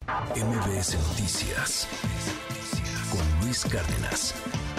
MBS Noticias con Luis Cárdenas.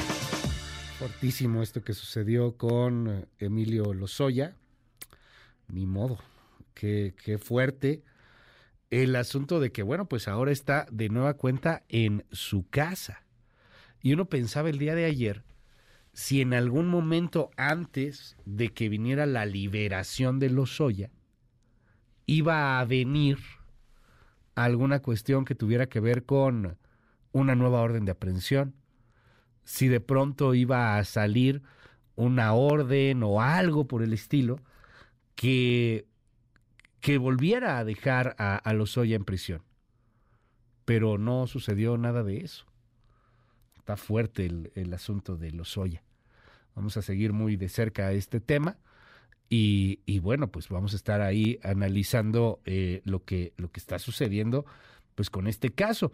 Fortísimo esto que sucedió con Emilio Lozoya. Ni modo, qué fuerte el asunto de que, bueno, pues ahora está de nueva cuenta en su casa. Y uno pensaba el día de ayer, si en algún momento antes de que viniera la liberación de Lozoya, iba a venir alguna cuestión que tuviera que ver con una nueva orden de aprehensión, si de pronto iba a salir una orden o algo por el estilo que volviera a dejar a Lozoya en prisión. Pero no sucedió nada de eso. Está fuerte el asunto de Lozoya. Vamos a seguir muy de cerca este tema y bueno, pues vamos a estar ahí analizando lo que está sucediendo pues con este caso.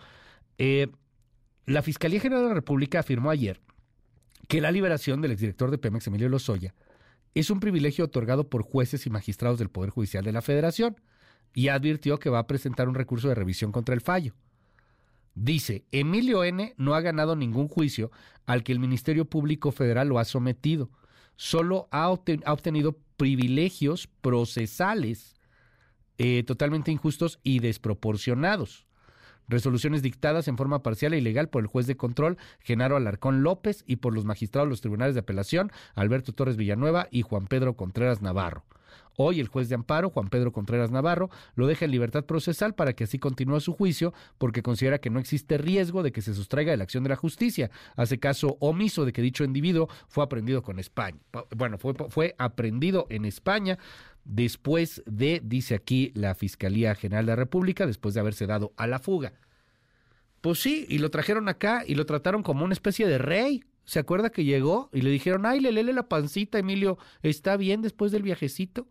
La Fiscalía General de la República afirmó ayer que la liberación del exdirector de Pemex, Emilio Lozoya, es un privilegio otorgado por jueces y magistrados del Poder Judicial de la Federación y advirtió que va a presentar un recurso de revisión contra el fallo. Dice, Emilio N. no ha ganado ningún juicio al que el Ministerio Público Federal lo ha sometido. Solo ha obtenido privilegios procesales totalmente injustos y desproporcionados. Resoluciones dictadas en forma parcial e ilegal por el juez de control Genaro Alarcón López y por los magistrados de los tribunales de apelación Alberto Torres Villanueva y Juan Pedro Contreras Navarro. Hoy el juez de amparo, Juan Pedro Contreras Navarro, lo deja en libertad procesal para que así continúe su juicio porque considera que no existe riesgo de que se sustraiga de la acción de la justicia. Hace caso omiso de que dicho individuo fue aprehendido con España. Bueno, fue aprehendido en España después de, dice aquí la Fiscalía General de la República, después de haberse dado a la fuga. Pues sí, y lo trajeron acá y lo trataron como una especie de rey. ¿Se acuerda que llegó y le dijeron, ay, lele la pancita, Emilio, ¿está bien después del viajecito?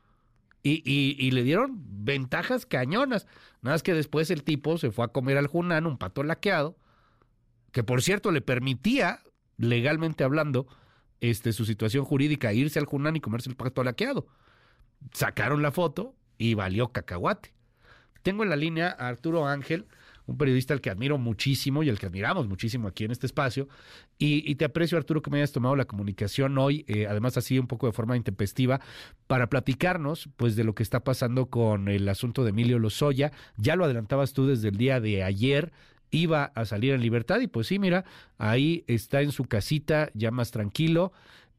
Y le dieron ventajas cañonas. Nada más que después el tipo se fue a comer al Junán un pato laqueado, que por cierto le permitía, legalmente hablando, su situación jurídica, irse al Junán y comerse el pato laqueado. Sacaron la foto y valió cacahuate. Tengo en la línea a Arturo Ángel, un periodista al que admiro muchísimo y al que admiramos muchísimo aquí en este espacio. Y te aprecio, Arturo, que me hayas tomado la comunicación hoy, además así un poco de forma intempestiva, para platicarnos pues de lo que está pasando con el asunto de Emilio Lozoya. Ya lo adelantabas tú desde el día de ayer, iba a salir en libertad y pues sí, mira, ahí está en su casita ya más tranquilo.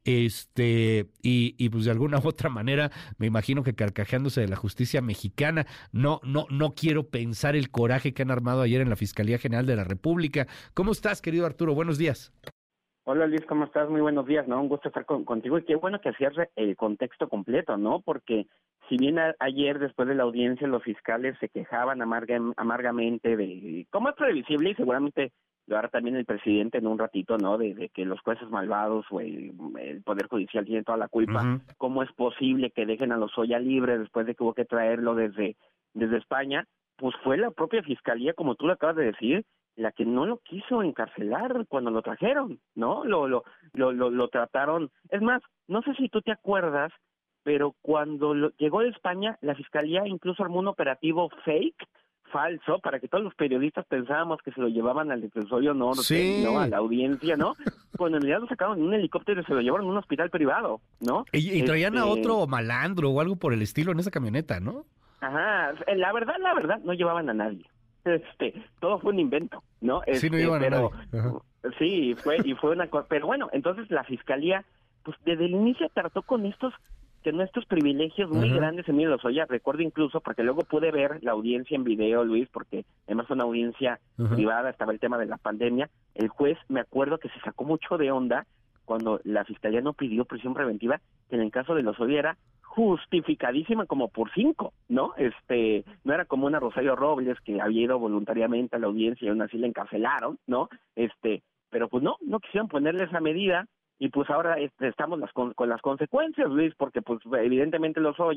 Y pues de alguna u otra manera me imagino que carcajeándose de la justicia mexicana. No quiero pensar el coraje que han armado ayer en la Fiscalía General de la República. ¿Cómo estás, querido Arturo? Buenos días. Hola Luis, ¿cómo estás? Muy buenos días, ¿no? Un gusto estar contigo y qué bueno que hacías el contexto completo, ¿no? Porque si bien ayer después de la audiencia los fiscales se quejaban amargamente de, como es previsible y seguramente lo hará también el presidente en un ratito, ¿no? De que los jueces malvados o el Poder Judicial tienen toda la culpa. Uh-huh. ¿Cómo es posible que dejen a Lozoya libre después de que hubo que traerlo desde España? Pues fue la propia fiscalía, como tú lo acabas de decir, la que no lo quiso encarcelar cuando lo trajeron, ¿no? Lo trataron. Es más, no sé si tú te acuerdas, pero cuando llegó de España, la fiscalía incluso armó un operativo fake, falso, para que todos los periodistas pensábamos que se lo llevaban al Defensorio Norte, sí, ¿no? A la audiencia, ¿no? Cuando en realidad lo sacaron en un helicóptero y se lo llevaron a un hospital privado, ¿no? Y traían a otro malandro o algo por el estilo en esa camioneta, ¿no? Ajá, la verdad, no llevaban a nadie. Todo fue un invento, ¿no? Sí, no llevaban a nadie. Ajá. Sí, fue una cosa, pero bueno, entonces la fiscalía, pues desde el inicio trató con estos privilegios muy grandes. Emilio Lozoya, recuerdo incluso, porque luego pude ver la audiencia en video, Luis, porque además fue una audiencia privada, estaba el tema de la pandemia. El juez, me acuerdo que se sacó mucho de onda cuando la fiscalía no pidió prisión preventiva, que en el caso de Lozoya era justificadísima como por 5, ¿no? No era como una Rosario Robles que había ido voluntariamente a la audiencia y aún así la encarcelaron, ¿no? Pero pues no quisieron ponerle esa medida. Y pues ahora estamos con las consecuencias, Luis, porque pues evidentemente Lozoya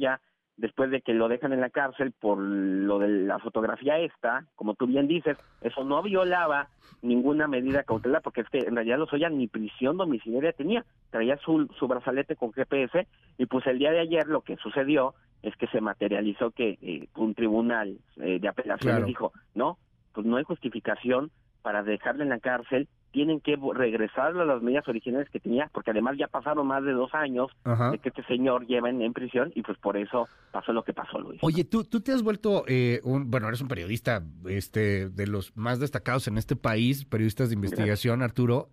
después de que lo dejan en la cárcel por lo de la fotografía esta, como tú bien dices, eso no violaba ninguna medida cautelar, porque es que en realidad Lozoya ni prisión domiciliaria tenía, traía su brazalete con GPS, y pues el día de ayer lo que sucedió es que se materializó que un tribunal de apelaciones dijo, no, pues no hay justificación para dejarle en la cárcel, tienen que regresarle a las medidas originales que tenía, porque además ya pasaron más de 2 años de que este señor lleva en prisión, y pues por eso pasó lo que pasó, Luis. Oye, tú te has vuelto, eres un periodista de los más destacados en este país, periodistas de investigación, Arturo,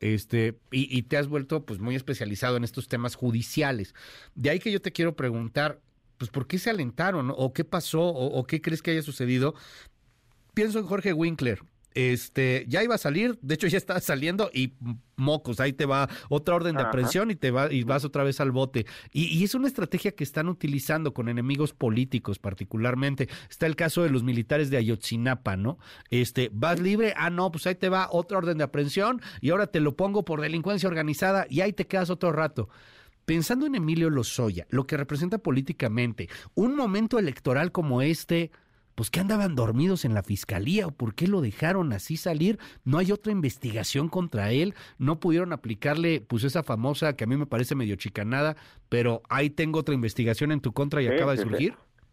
y te has vuelto pues muy especializado en estos temas judiciales. De ahí que yo te quiero preguntar, pues ¿por qué se alentaron, ¿no? ¿O qué pasó? ¿O qué crees que haya sucedido? Pienso en Jorge Winkler. Ya iba a salir, de hecho ya estaba saliendo y mocos, ahí te va otra orden de aprehensión y vas otra vez al bote. Y es una estrategia que están utilizando con enemigos políticos particularmente. Está el caso de los militares de Ayotzinapa, ¿no? Vas libre, no, pues ahí te va otra orden de aprehensión y ahora te lo pongo por delincuencia organizada y ahí te quedas otro rato. Pensando en Emilio Lozoya, lo que representa políticamente, un momento electoral como pues que andaban dormidos en la fiscalía o por qué lo dejaron así salir, no hay otra investigación contra él, no pudieron aplicarle pues esa famosa que a mí me parece medio chicanada, pero ahí tengo otra investigación en tu contra y acaba de surgir.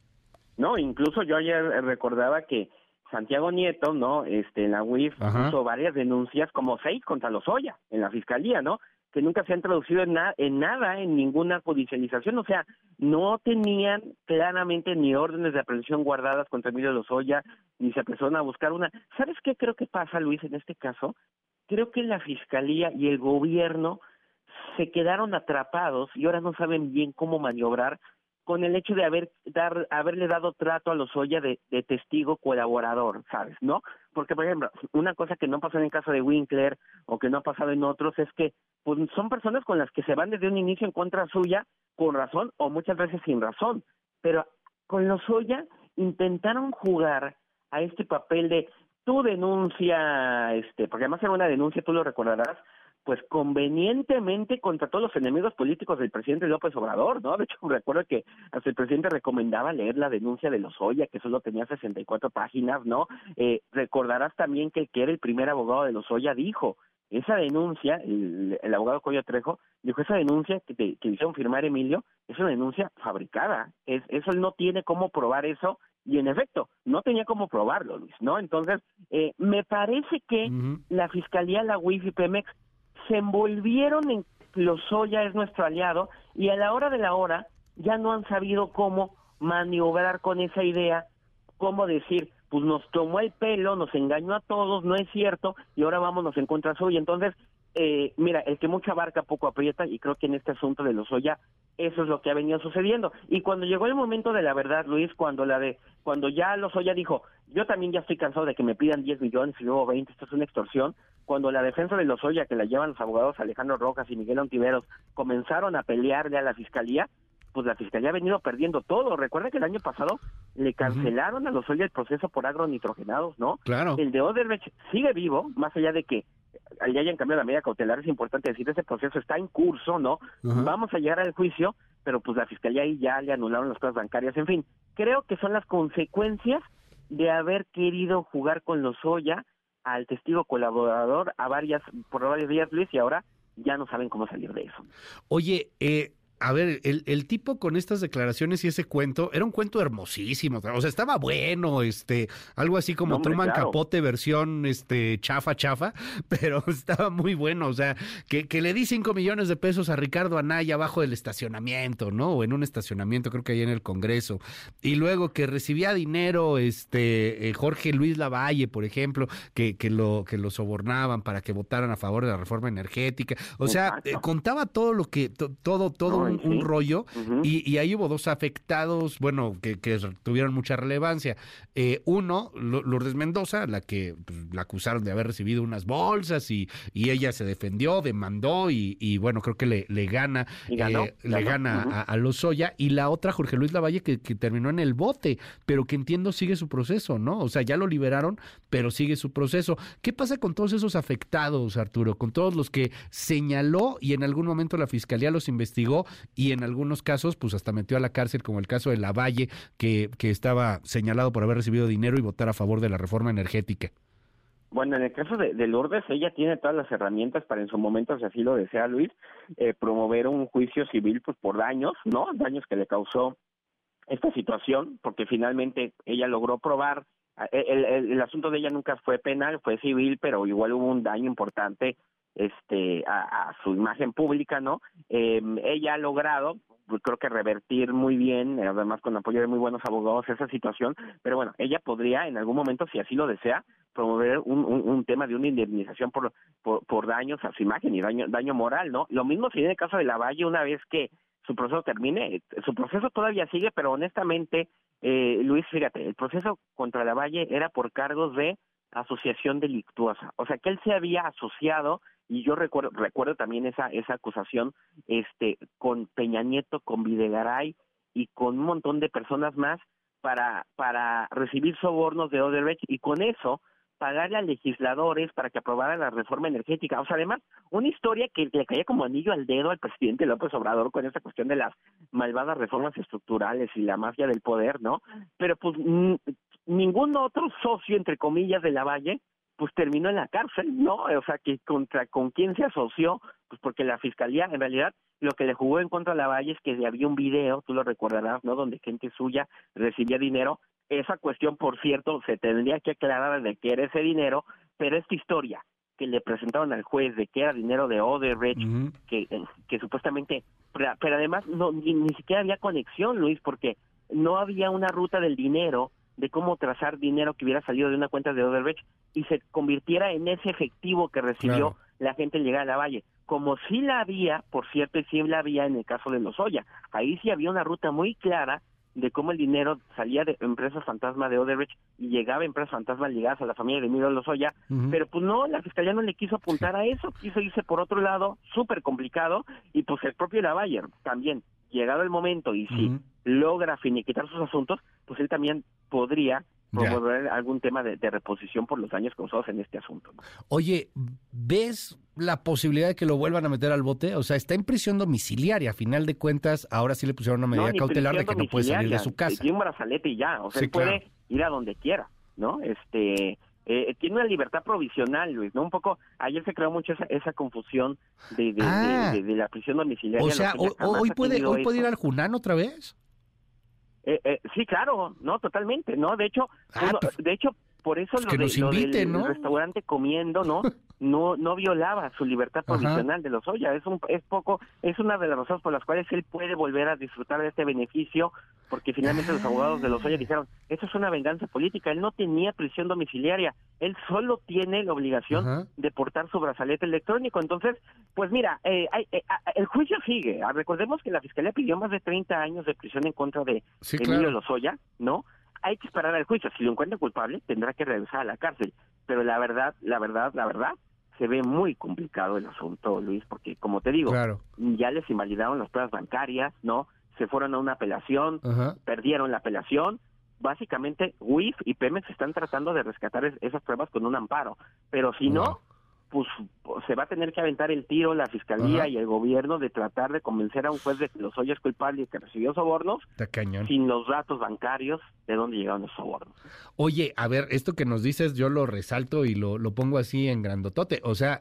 No, incluso yo ayer recordaba que Santiago Nieto, ¿no? En la UIF puso varias denuncias, como 6 contra Lozoya en la fiscalía, ¿no? Que nunca se han traducido en nada, en ninguna judicialización, o sea, no tenían claramente ni órdenes de aprehensión guardadas contra Emilio Lozoya, ni se empezaron a buscar una. ¿Sabes qué creo que pasa, Luis, en este caso? Creo que la Fiscalía y el gobierno se quedaron atrapados y ahora no saben bien cómo maniobrar con el hecho de haberle dado trato a Lozoya de testigo colaborador, ¿sabes? ¿No? Porque, por ejemplo, una cosa que no pasó en el caso de Winkler o que no ha pasado en otros es que pues, son personas con las que se van desde un inicio en contra suya con razón o muchas veces sin razón, pero con Lozoya intentaron jugar a este papel de tu denuncia, porque además era una denuncia, tú lo recordarás, pues convenientemente contra todos los enemigos políticos del presidente López Obrador, ¿no? De hecho, recuerdo que hasta el presidente recomendaba leer la denuncia de Lozoya, que solo tenía 64 páginas, ¿no? Recordarás también que el que era el primer abogado de Lozoya dijo, esa denuncia, el abogado Coyo Trejo, dijo, esa denuncia que hicieron firmar Emilio, es una denuncia fabricada, eso él no tiene cómo probar eso, y en efecto, no tenía cómo probarlo, Luis, ¿no? Entonces, me parece que la Fiscalía, la UIF y Pemex se envolvieron en Lozoya es nuestro aliado y a la hora de la hora ya no han sabido cómo maniobrar con esa idea, cómo decir, pues nos tomó el pelo, nos engañó a todos, no es cierto, y ahora vámonos en contra suya. Entonces, mira, el que mucho abarca poco aprieta, y creo que en este asunto de Lozoya eso es lo que ha venido sucediendo. Y cuando llegó el momento de la verdad, Luis, cuando ya Lozoya dijo, yo también ya estoy cansado de que me pidan 10 millones y luego 20, esto es una extorsión, cuando la defensa de Lozoya, que la llevan los abogados Alejandro Rojas y Miguel Ontiveros, comenzaron a pelearle a la Fiscalía, pues la Fiscalía ha venido perdiendo todo. Recuerda que el año pasado le cancelaron a Lozoya el proceso por agronitrogenados, ¿no? Claro. El de Odebrecht sigue vivo, más allá de que ya hayan cambiado la medida cautelar, es importante decir, ese proceso está en curso, ¿no? Vamos a llegar al juicio, pero pues la Fiscalía ahí ya le anularon las pruebas bancarias, en fin. Creo que son las consecuencias de haber querido jugar con Lozoya al testigo colaborador por varios días, Luis, y ahora ya no saben cómo salir de eso. Oye, a ver, el tipo con estas declaraciones y ese cuento, era un cuento hermosísimo, o sea, estaba bueno, algo así como Truman Capote versión, chafa, pero estaba muy bueno, o sea, que le di 5 millones de pesos a Ricardo Anaya abajo del estacionamiento, ¿no? O en un estacionamiento, creo que ahí en el Congreso, y luego que recibía dinero, Jorge Luis Lavalle, por ejemplo, que lo sobornaban para que votaran a favor de la reforma energética, o sea, contaba todo lo que, todo un rollo, y ahí hubo 2 afectados, bueno, que tuvieron mucha relevancia. Uno, Lourdes Mendoza, la que pues, la acusaron de haber recibido unas bolsas y ella se defendió, demandó y bueno, creo que le gana, a Lozoya, y la otra, Jorge Luis Lavalle, que terminó en el bote, pero que entiendo sigue su proceso, ¿no? O sea, ya lo liberaron, pero sigue su proceso. ¿Qué pasa con todos esos afectados, Arturo? Con todos los que señaló y en algún momento la Fiscalía los investigó y en algunos casos pues hasta metió a la cárcel, como el caso de Lavalle, que estaba señalado por haber recibido dinero y votar a favor de la reforma energética. Bueno, en el caso de Lourdes, ella tiene todas las herramientas para en su momento, si así lo desea Luis, promover un juicio civil pues por daños, ¿no? Daños que le causó esta situación, porque finalmente ella logró probar, el asunto de ella nunca fue penal, fue civil, pero igual hubo un daño importante a su imagen pública, ¿no? Ella ha logrado, creo que revertir muy bien, además con apoyo de muy buenos abogados, esa situación, pero bueno, ella podría en algún momento, si así lo desea, promover un tema de una indemnización por daños a su imagen y daño moral, ¿no? Lo mismo si en el caso de Lavalle, una vez que su proceso termine, su proceso todavía sigue, pero honestamente, Luis, fíjate, el proceso contra Lavalle era por cargos de asociación delictuosa, o sea que él se había asociado, y yo recuerdo también esa acusación con Peña Nieto, con Videgaray y con un montón de personas más para recibir sobornos de Odebrecht y con eso pagarle a legisladores para que aprobaran la reforma energética. O sea, además, una historia que le caía como anillo al dedo al presidente López Obrador con esta cuestión de las malvadas reformas estructurales y la mafia del poder, ¿no? Pero pues ningún otro socio, entre comillas, de Lavalle, pues terminó en la cárcel, ¿no? O sea, que con quién se asoció, pues porque la fiscalía, en realidad, lo que le jugó en contra a Lavalle es que había un video, tú lo recordarás, ¿no? Donde gente suya recibía dinero. Esa cuestión, por cierto, se tendría que aclarar de qué era ese dinero, pero esta historia que le presentaron al juez de que era dinero de Odebrecht, que supuestamente, pero además ni siquiera había conexión, Luis, porque no había una ruta del dinero, de cómo trazar dinero que hubiera salido de una cuenta de Odebrecht y se convirtiera en ese efectivo que recibió la gente al llegar a Lavalle. Como sí la había, por cierto, y sí la había en el caso de Lozoya. Ahí sí había una ruta muy clara de cómo el dinero salía de empresas fantasma de Odebrecht y llegaba a empresas fantasma ligadas a la familia de Emilio Lozoya, pero pues no, la fiscalía no le quiso apuntar a eso, quiso irse por otro lado, súper complicado, y pues el propio Lavalle también, llegado el momento, y si logra finiquitar sus asuntos, pues él también podría promover algún tema de reposición por los daños causados en este asunto, ¿no? Oye, ¿ves la posibilidad de que lo vuelvan a meter al bote? O sea, está en prisión domiciliaria, a final de cuentas, ahora sí le pusieron una medida cautelar de que no puede salir de su casa. Tiene un brazalete y ya, o sea, él puede ir a donde quiera, ¿no? Tiene una libertad provisional, Luis, ¿no? Un poco, ayer se creó mucho esa confusión de la prisión domiciliaria. O sea, hoy puede ir al Junán otra vez. Sí, claro, no, totalmente, ¿no? De hecho, por eso pues lo del ¿no? restaurante comiendo, ¿no? No violaba su libertad provisional de Lozoya. Es una de las razones por las cuales él puede volver a disfrutar de este beneficio, porque finalmente los abogados de Lozoya dijeron, eso es una venganza política. Él no tenía prisión domiciliaria, él solo tiene la obligación de portar su brazalete electrónico. Entonces, pues mira, el juicio sigue. Recordemos que la fiscalía pidió más de 30 años de prisión en contra de Emilio Lozoya, ¿no? Hay que esperar al juicio. Si lo encuentran culpable, tendrá que regresar a la cárcel. Pero la verdad, se ve muy complicado el asunto, Luis, porque como te digo, ya les invalidaron las pruebas bancarias, ¿no? Se fueron a una apelación, perdieron la apelación. Básicamente, UIF y Pemex están tratando de rescatar esas pruebas con un amparo. Pero si no, pues se va a tener que aventar el tiro la fiscalía y el gobierno de tratar de convencer a un juez de que Lozoya es culpable y que recibió sobornos sin los datos bancarios de dónde llegaron los sobornos. Oye, a ver, esto que nos dices yo lo resalto y lo pongo así en grandotote. O sea,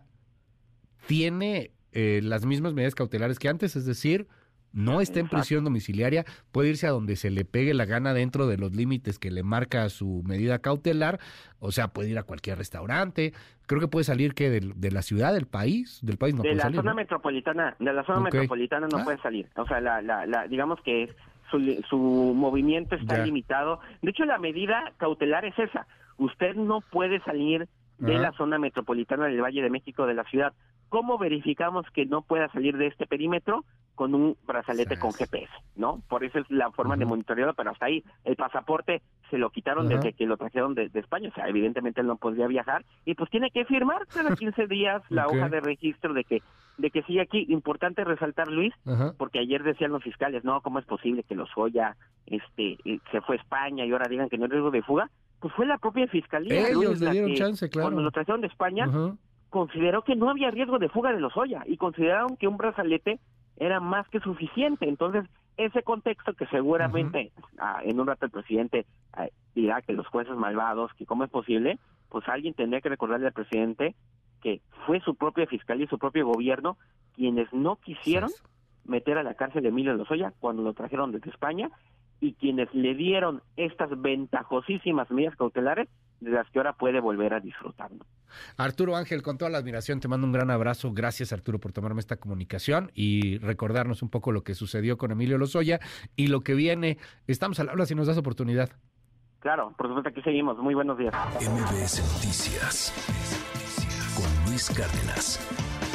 tiene las mismas medidas cautelares que antes, es decir, no está en prisión domiciliaria, puede irse a donde se le pegue la gana dentro de los límites que le marca su medida cautelar, o sea, puede ir a cualquier restaurante, creo que puede salir que de la ciudad, del país no puede salir. De la zona metropolitana no puede salir, o sea, digamos que su movimiento está limitado. De hecho, la medida cautelar es esa, usted no puede salir de la zona metropolitana del Valle de México, de la ciudad. ¿Cómo verificamos que no pueda salir de este perímetro? Con un brazalete con GPS, ¿no? Por eso es la forma de monitorearlo, pero hasta ahí el pasaporte se lo quitaron desde que lo trajeron de España, o sea, evidentemente él no podría viajar, y pues tiene que firmar cada 15 días la hoja de registro de que sigue aquí. Importante resaltar, Luis, porque ayer decían los fiscales, no, ¿cómo es posible que Lozoya se fue a España y ahora digan que no hay riesgo de fuga? Pues fue la propia fiscalía, ellos Luis, le dieron chance, claro. Cuando lo trajeron de España, consideró que no había riesgo de fuga de Lozoya y consideraron que un brazalete era más que suficiente. Entonces, ese contexto que seguramente en un rato el presidente dirá que los jueces malvados, que cómo es posible, pues alguien tendría que recordarle al presidente que fue su propia fiscalía y su propio gobierno quienes no quisieron meter a la cárcel a Emilio Lozoya cuando lo trajeron desde España, y quienes le dieron estas ventajosísimas medidas cautelares de las que ahora puede volver a disfrutar, ¿no? Arturo Ángel, con toda la admiración, te mando un gran abrazo. Gracias, Arturo, por tomarme esta comunicación y recordarnos un poco lo que sucedió con Emilio Lozoya y lo que viene. Estamos al habla si nos das oportunidad. Claro, por supuesto, aquí seguimos. Muy buenos días. MBS Noticias con Luis Cárdenas.